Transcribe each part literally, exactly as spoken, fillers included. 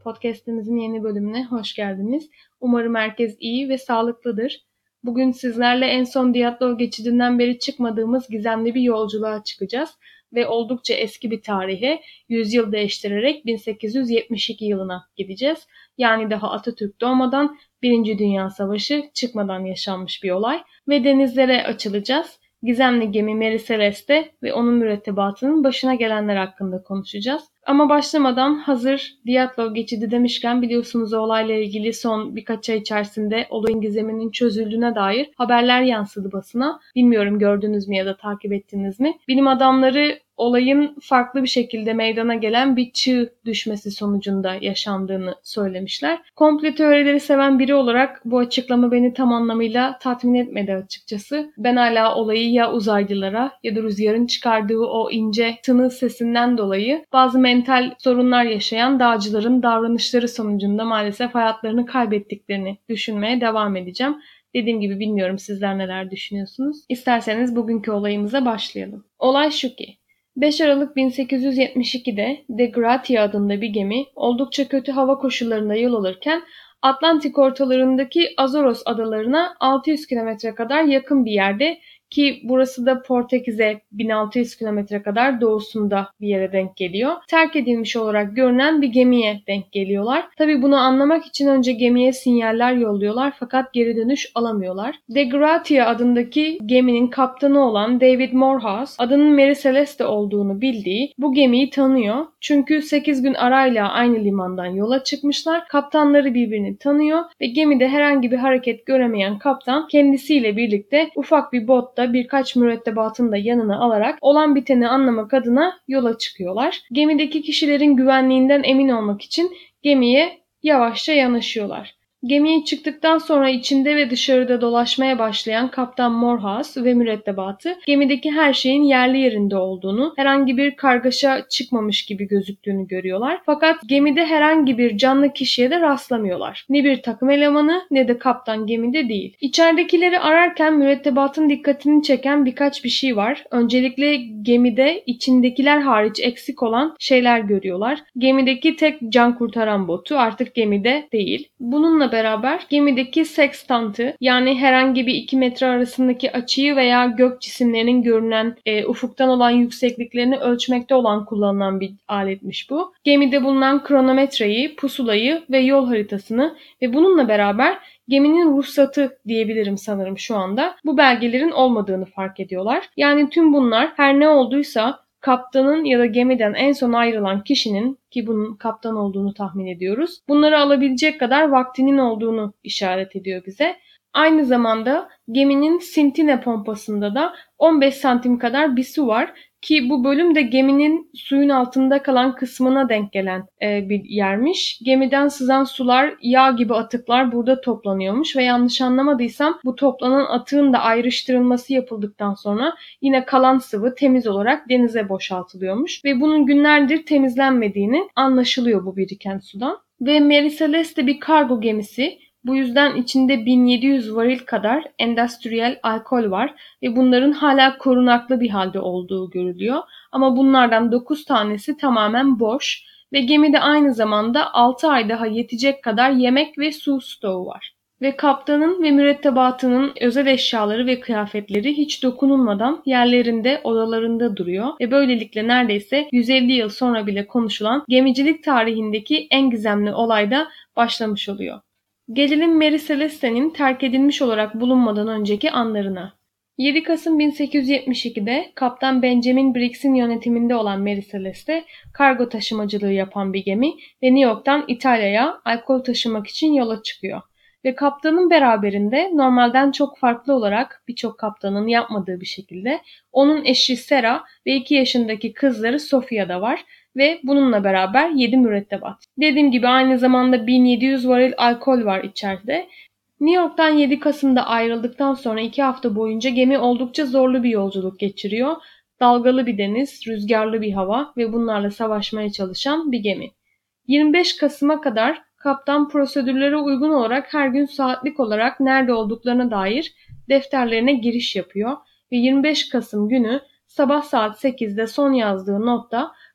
Podcast'imizin yeni bölümüne hoş geldiniz. Umarım herkes iyi ve sağlıklıdır. Bugün sizlerle en son Diyatlov geçidinden beri çıkmadığımız gizemli bir yolculuğa çıkacağız. Ve oldukça eski bir tarihe, yüzyıl değiştirerek bin sekiz yüz yetmiş iki yılına gideceğiz. Yani daha Atatürk doğmadan, Birinci Dünya Savaşı çıkmadan yaşanmış bir olay. Ve denizlere açılacağız. Gizemli gemi Mary Celeste ve onun mürettebatının başına gelenler hakkında konuşacağız. Ama başlamadan hazır Diyatlov geçidi demişken biliyorsunuz olayla ilgili son birkaç ay içerisinde olayın gizeminin çözüldüğüne dair haberler yansıdı basına. Bilmiyorum gördünüz mü ya da takip ettiniz mi? Bilim adamları olayın farklı bir şekilde meydana gelen bir çığ düşmesi sonucunda yaşandığını söylemişler. Komple teorileri seven biri olarak bu açıklama beni tam anlamıyla tatmin etmedi açıkçası. Ben hala olayı ya uzaylılara ya da rüzgarın çıkardığı o ince tını sesinden dolayı bazı mental sorunlar yaşayan dağcıların davranışları sonucunda maalesef hayatlarını kaybettiklerini düşünmeye devam edeceğim. Dediğim gibi bilmiyorum sizler neler düşünüyorsunuz. İsterseniz bugünkü olayımıza başlayalım. Olay şu ki, beş Aralık bin sekiz yüz yetmiş ikide De Gratia adında bir gemi oldukça kötü hava koşullarında yol alırken Atlantik ortalarındaki Azoros adalarına altı yüz kilometre kadar yakın bir yerde, ki burası da Portekiz'e bin altı yüz kilometre kadar doğusunda bir yere denk geliyor, terk edilmiş olarak görünen bir gemiye denk geliyorlar. Tabii bunu anlamak için önce gemiye sinyaller yolluyorlar fakat geri dönüş alamıyorlar. De Gratia adındaki geminin kaptanı olan David Morehouse adının Mary Celeste olduğunu bildiği bu gemiyi tanıyor. Çünkü sekiz gün arayla aynı limandan yola çıkmışlar. Kaptanları birbirini tanıyor ve gemide herhangi bir hareket göremeyen kaptan kendisiyle birlikte ufak bir botta birkaç mürettebatını da yanına alarak olan biteni anlamak adına yola çıkıyorlar. Gemideki kişilerin güvenliğinden emin olmak için gemiye yavaşça yanaşıyorlar. Gemiye çıktıktan sonra içinde ve dışarıda dolaşmaya başlayan Kaptan Morehouse ve mürettebatı gemideki her şeyin yerli yerinde olduğunu, herhangi bir kargaşa çıkmamış gibi gözüktüğünü görüyorlar. Fakat gemide herhangi bir canlı kişiye de rastlamıyorlar. Ne bir takım elemanı ne de kaptan gemide değil. İçeridekileri ararken mürettebatın dikkatini çeken birkaç bir şey var. Öncelikle gemide içindekiler hariç eksik olan şeyler görüyorlar. Gemideki tek can kurtaran botu artık gemide değil. Bununla beraber gemideki sekstantı, yani herhangi bir iki metre arasındaki açıyı veya gök cisimlerinin görünen e, ufuktan olan yüksekliklerini ölçmekte olan kullanılan bir aletmiş bu. Gemide bulunan kronometreyi, pusulayı ve yol haritasını ve bununla beraber geminin ruhsatı diyebilirim sanırım şu anda, bu belgelerin olmadığını fark ediyorlar. Yani tüm bunlar her ne olduysa kaptanın ya da gemiden en son ayrılan kişinin, ki bunun kaptan olduğunu tahmin ediyoruz, bunları alabilecek kadar vaktinin olduğunu işaret ediyor bize. Aynı zamanda geminin sintine pompasında da on beş santim kadar bir su var. Ki bu bölüm de geminin suyun altında kalan kısmına denk gelen e, bir yermiş. Gemiden sızan sular, yağ gibi atıklar burada toplanıyormuş ve yanlış anlamadıysam bu toplanan atığın da ayrıştırılması yapıldıktan sonra yine kalan sıvı temiz olarak denize boşaltılıyormuş. Ve bunun günlerdir temizlenmediğini anlaşılıyor bu biriken sudan. Ve Mary Celeste bir kargo gemisi. Bu yüzden içinde bin yedi yüz varil kadar endüstriyel alkol var ve bunların hala korunaklı bir halde olduğu görülüyor. Ama bunlardan dokuz tanesi tamamen boş ve gemide aynı zamanda altı ay daha yetecek kadar yemek ve su stoğu var. Ve kaptanın ve mürettebatının özel eşyaları ve kıyafetleri hiç dokunulmadan yerlerinde, odalarında duruyor ve böylelikle neredeyse yüz elli yıl sonra bile konuşulan gemicilik tarihindeki en gizemli olay da başlamış oluyor. Gelelim Mary Celeste'nin terk edilmiş olarak bulunmadan önceki anlarına. yedi Kasım bin sekiz yüz yetmiş ikide Kaptan Benjamin Briggs'in yönetiminde olan Mary Celeste, kargo taşımacılığı yapan bir gemi ve New York'tan İtalya'ya alkol taşımak için yola çıkıyor. Ve kaptanın beraberinde normalden çok farklı olarak, birçok kaptanın yapmadığı bir şekilde, onun eşi Sarah ve iki yaşındaki kızları Sofia da var. Ve bununla beraber yedi mürettebat. Dediğim gibi aynı zamanda bin yedi yüz varil alkol var içeride. New York'tan yedi Kasım'da ayrıldıktan sonra iki hafta boyunca gemi oldukça zorlu bir yolculuk geçiriyor. Dalgalı bir deniz, rüzgarlı bir hava ve bunlarla savaşmaya çalışan bir gemi. yirmi beş Kasım'a kadar kaptan prosedürlere uygun olarak her gün saatlik olarak nerede olduklarına dair defterlerine giriş yapıyor. Ve yirmi beş Kasım günü sabah saat sekizde son yazdığı notta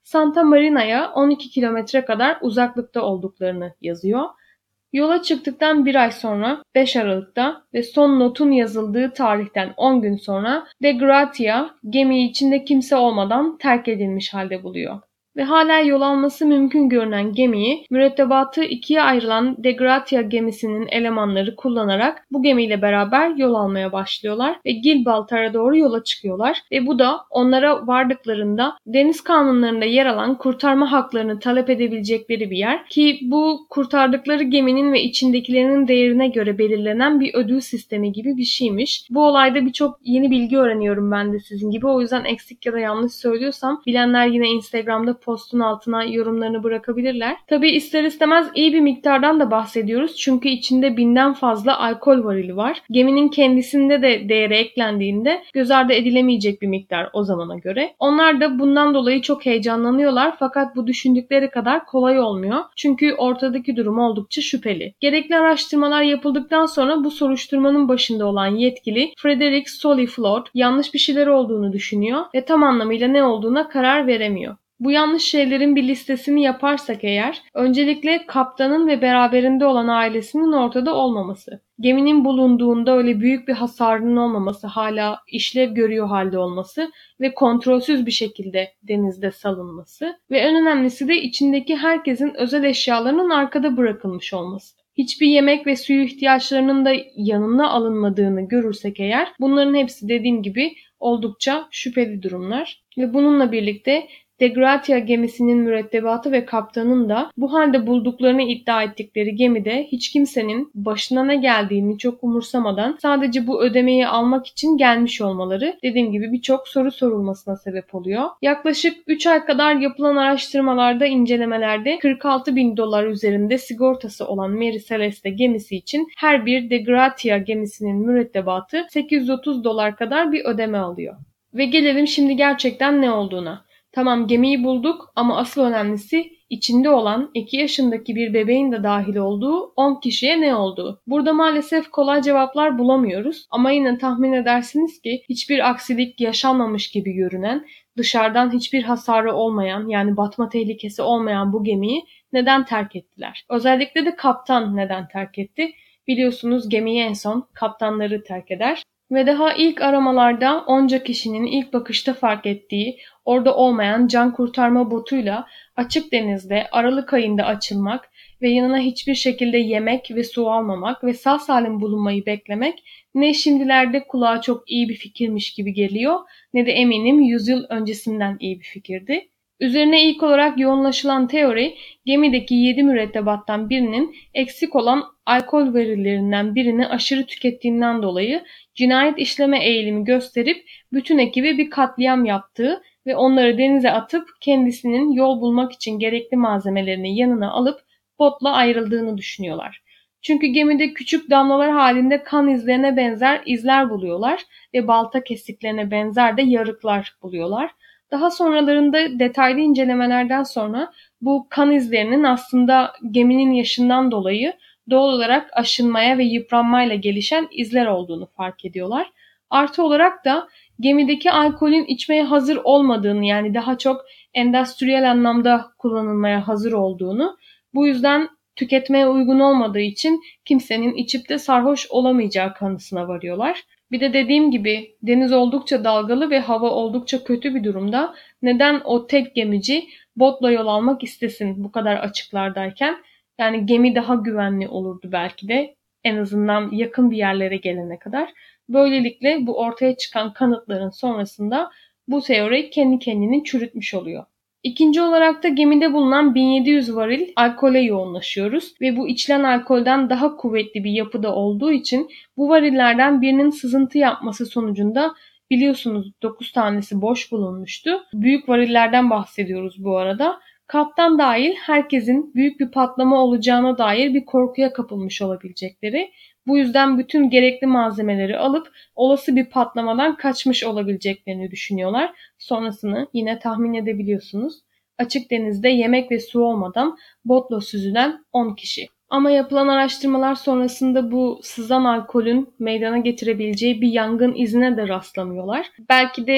Santa Marina'ya on iki kilometre kadar uzaklıkta olduklarını yazıyor. Yola çıktıktan bir ay sonra beş Aralık'ta ve son notun yazıldığı tarihten on gün sonra De Gratia gemiyi içinde kimse olmadan terk edilmiş halde buluyor. Ve hala yol alması mümkün görünen gemiyi mürettebatı ikiye ayrılan De Gratia gemisinin elemanları kullanarak bu gemiyle beraber yol almaya başlıyorlar ve Gibraltar'a doğru yola çıkıyorlar ve bu da onlara vardıklarında deniz kanunlarında yer alan kurtarma haklarını talep edebilecekleri bir yer ki bu kurtardıkları geminin ve içindekilerinin değerine göre belirlenen bir ödül sistemi gibi bir şeymiş. Bu olayda birçok yeni bilgi öğreniyorum ben de sizin gibi. O yüzden eksik ya da yanlış söylüyorsam bilenler yine Instagram'da postun altına yorumlarını bırakabilirler. Tabii ister istemez iyi bir miktardan da bahsediyoruz. Çünkü içinde binden fazla alkol varili var. Geminin kendisinde de değeri eklendiğinde göz ardı edilemeyecek bir miktar o zamana göre. Onlar da bundan dolayı çok heyecanlanıyorlar fakat bu düşündükleri kadar kolay olmuyor. Çünkü ortadaki durum oldukça şüpheli. Gerekli araştırmalar yapıldıktan sonra bu soruşturmanın başında olan yetkili Frederick Soliflor yanlış bir şeyler olduğunu düşünüyor ve tam anlamıyla ne olduğuna karar veremiyor. Bu yanlış şeylerin bir listesini yaparsak eğer, öncelikle kaptanın ve beraberinde olan ailesinin ortada olmaması, geminin bulunduğunda öyle büyük bir hasarının olmaması, hala işlev görüyor halde olması ve kontrolsüz bir şekilde denizde salınması ve en önemlisi de içindeki herkesin özel eşyalarının arkada bırakılmış olması. Hiçbir yemek ve suyu ihtiyaçlarının da yanına alınmadığını görürsek eğer, bunların hepsi dediğim gibi oldukça şüpheli durumlar ve bununla birlikte De Gratia gemisinin mürettebatı ve kaptanın da bu halde bulduklarını iddia ettikleri gemide hiç kimsenin başına ne geldiğini çok umursamadan sadece bu ödemeyi almak için gelmiş olmaları dediğim gibi birçok soru sorulmasına sebep oluyor. Yaklaşık üç ay kadar yapılan araştırmalarda, incelemelerde kırk altı bin dolar üzerinde sigortası olan Mary Celeste gemisi için her bir De Gratia gemisinin mürettebatı sekiz yüz otuz dolar kadar bir ödeme alıyor. Ve gelelim şimdi gerçekten ne olduğuna. Tamam, gemiyi bulduk ama asıl önemlisi içinde olan iki yaşındaki bir bebeğin de dahil olduğu on kişiye ne olduğu. Burada maalesef kolay cevaplar bulamıyoruz ama yine tahmin edersiniz ki hiçbir aksilik yaşanmamış gibi görünen, dışarıdan hiçbir hasarı olmayan yani batma tehlikesi olmayan bu gemiyi neden terk ettiler? Özellikle de kaptan neden terk etti? Biliyorsunuz gemiyi en son kaptanları terk eder. Ve daha ilk aramalarda onca kişinin ilk bakışta fark ettiği orada olmayan can kurtarma botuyla açık denizde Aralık ayında açılmak ve yanına hiçbir şekilde yemek ve su almamak ve sağ salim bulunmayı beklemek ne şimdilerde kulağa çok iyi bir fikirmiş gibi geliyor ne de eminim yüzyıl öncesinden iyi bir fikirdi. Üzerine ilk olarak yoğunlaşılan teori gemideki yedi mürettebattan birinin eksik olan alkol verilerinden birini aşırı tükettiğinden dolayı cinayet işleme eğilimi gösterip bütün ekibi bir katliam yaptığı ve onları denize atıp kendisinin yol bulmak için gerekli malzemelerini yanına alıp botla ayrıldığını düşünüyorlar. Çünkü gemide küçük damlalar halinde kan izlerine benzer izler buluyorlar ve balta kesiklerine benzer de yarıklar buluyorlar. Daha sonralarında detaylı incelemelerden sonra bu kan izlerinin aslında geminin yaşından dolayı doğal olarak aşınmaya ve yıpranmayla gelişen izler olduğunu fark ediyorlar. Artı olarak da gemideki alkolün içmeye hazır olmadığını, yani daha çok endüstriyel anlamda kullanılmaya hazır olduğunu, bu yüzden tüketmeye uygun olmadığı için kimsenin içip de sarhoş olamayacağı kanısına varıyorlar. Bir de dediğim gibi deniz oldukça dalgalı ve hava oldukça kötü bir durumda. Neden o tek gemici botla yol almak istesin bu kadar açıklardayken? Yani gemi daha güvenli olurdu belki de, en azından yakın bir yerlere gelene kadar. Böylelikle bu ortaya çıkan kanıtların sonrasında bu teori kendi kendini çürütmüş oluyor. İkinci olarak da gemide bulunan bin yedi yüz varil alkole yoğunlaşıyoruz ve bu içilen alkolden daha kuvvetli bir yapıda olduğu için bu varillerden birinin sızıntı yapması sonucunda, biliyorsunuz dokuz tanesi boş bulunmuştu. Büyük varillerden bahsediyoruz bu arada. Kaptan dahil herkesin büyük bir patlama olacağına dair bir korkuya kapılmış olabilecekleri, bu yüzden bütün gerekli malzemeleri alıp olası bir patlamadan kaçmış olabileceklerini düşünüyorlar. Sonrasını yine tahmin edebiliyorsunuz. Açık denizde yemek ve su olmadan botla süzülen on kişi. Ama yapılan araştırmalar sonrasında bu sızan alkolün meydana getirebileceği bir yangın izine de rastlamıyorlar. Belki de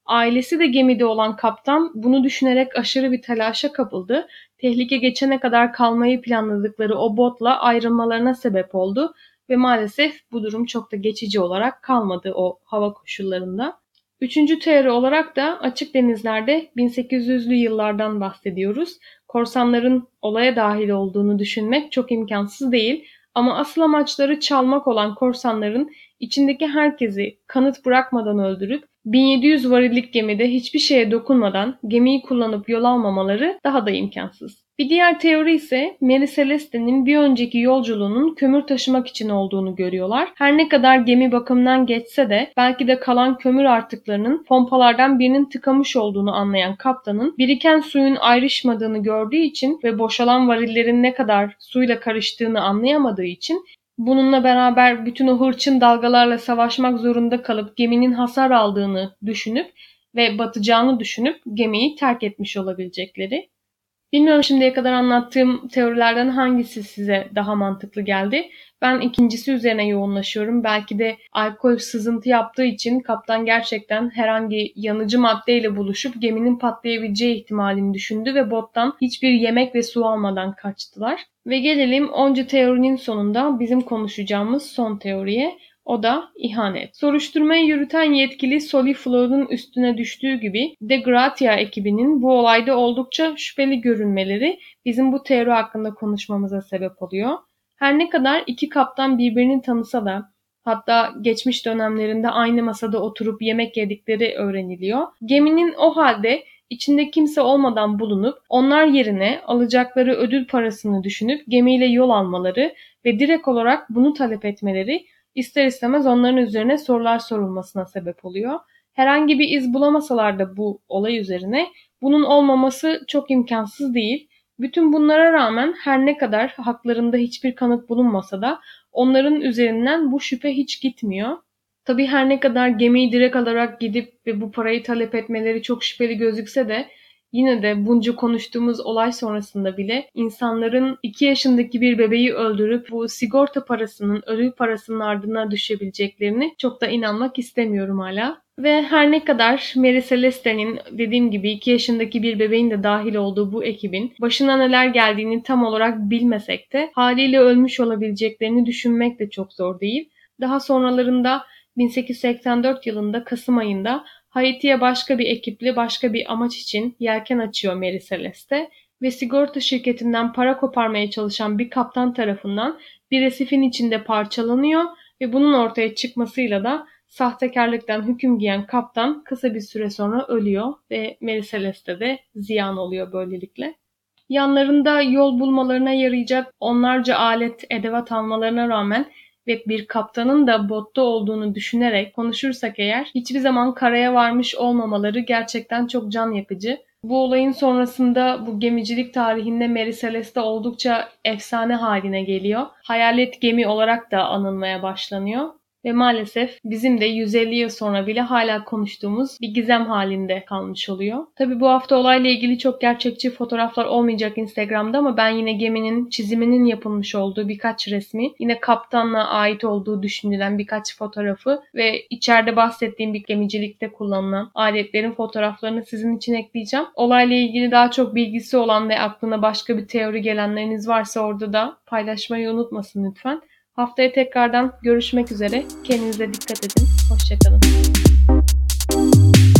Ailesi de gemide olan kaptan bunu düşünerek aşırı bir telaşa kapıldı. Tehlike geçene kadar kalmayı planladıkları o botla ayrılmalarına sebep oldu ve maalesef bu durum çok da geçici olarak kalmadı o hava koşullarında. Üçüncü teori olarak da açık denizlerde bin sekiz yüzlü yıllardan bahsediyoruz. Korsanların olaya dahil olduğunu düşünmek çok imkansız değil. Ama asıl amaçları çalmak olan korsanların içindeki herkesi kanıt bırakmadan öldürüp bin yedi yüz varillik gemide hiçbir şeye dokunmadan gemiyi kullanıp yol almamaları daha da imkansız. Bir diğer teori ise Mary Celeste'nin bir önceki yolculuğunun kömür taşımak için olduğunu görüyorlar. Her ne kadar gemi bakımdan geçse de belki de kalan kömür artıklarının pompalardan birinin tıkamış olduğunu anlayan kaptanın biriken suyun ayrışmadığını gördüğü için ve boşalan varillerin ne kadar suyla karıştığını anlayamadığı için bununla beraber bütün o hırçın dalgalarla savaşmak zorunda kalıp geminin hasar aldığını düşünüp ve batacağını düşünüp gemiyi terk etmiş olabilecekleri. Bilmiyorum şimdiye kadar anlattığım teorilerden hangisi size daha mantıklı geldi? Ben ikincisi üzerine yoğunlaşıyorum. Belki de alkol sızıntı yaptığı için kaptan gerçekten herhangi yanıcı maddeyle buluşup geminin patlayabileceği ihtimalini düşündü ve bottan hiçbir yemek ve su almadan kaçtılar. Ve gelelim onca teorinin sonunda bizim konuşacağımız son teoriye. O da ihanet. Soruşturmayı yürüten yetkili Soliflor'un üstüne düştüğü gibi De Gratia ekibinin bu olayda oldukça şüpheli görünmeleri bizim bu teori hakkında konuşmamıza sebep oluyor. Her ne kadar iki kaptan birbirini tanısa da hatta geçmiş dönemlerinde aynı masada oturup yemek yedikleri öğreniliyor. Geminin o halde içinde kimse olmadan bulunup onlar yerine alacakları ödül parasını düşünüp gemiyle yol almaları ve direkt olarak bunu talep etmeleri İster istemez onların üzerine sorular sorulmasına sebep oluyor. Herhangi bir iz bulamasalar da bu olay üzerine bunun olmaması çok imkansız değil. Bütün bunlara rağmen her ne kadar haklarında hiçbir kanıt bulunmasa da onların üzerinden bu şüphe hiç gitmiyor. Tabii her ne kadar gemiyi direkt alarak gidip ve bu parayı talep etmeleri çok şüpheli gözükse de yine de bunca konuştuğumuz olay sonrasında bile insanların iki yaşındaki bir bebeği öldürüp bu sigorta parasının, ölü parasının ardına düşebileceklerini çok da inanmak istemiyorum hala. Ve her ne kadar Mary Celeste'nin dediğim gibi iki yaşındaki bir bebeğin de dahil olduğu bu ekibin başına neler geldiğini tam olarak bilmesek de haliyle ölmüş olabileceklerini düşünmek de çok zor değil. Daha sonralarında bin sekiz yüz seksen dört yılında Kasım ayında Haiti'ye başka bir ekiple başka bir amaç için yelken açıyor Mary Celeste ve sigorta şirketinden para koparmaya çalışan bir kaptan tarafından bir resifin içinde parçalanıyor ve bunun ortaya çıkmasıyla da sahtekarlıktan hüküm giyen kaptan kısa bir süre sonra ölüyor ve Mary Celeste de ziyan oluyor böylelikle. Yanlarında yol bulmalarına yarayacak onlarca alet, edevat almalarına rağmen ve bir kaptanın da botta olduğunu düşünerek konuşursak eğer hiçbir zaman karaya varmış olmamaları gerçekten çok can yakıcı. Bu olayın sonrasında bu gemicilik tarihinde Mary Celeste oldukça efsane haline geliyor. Hayalet gemi olarak da anılmaya başlanıyor. Ve maalesef bizim de yüz elli yıl sonra bile hala konuştuğumuz bir gizem halinde kalmış oluyor. Tabii bu hafta olayla ilgili çok gerçekçi fotoğraflar olmayacak Instagram'da ama ben yine geminin çiziminin yapılmış olduğu birkaç resmi, yine kaptanla ait olduğu düşünülen birkaç fotoğrafı ve içeride bahsettiğim bir gemicilikte kullanılan aletlerin fotoğraflarını sizin için ekleyeceğim. Olayla ilgili daha çok bilgisi olan ve aklına başka bir teori gelenleriniz varsa orada da paylaşmayı unutmasın lütfen. Haftaya tekrardan görüşmek üzere. Kendinize dikkat edin. Hoşça kalın.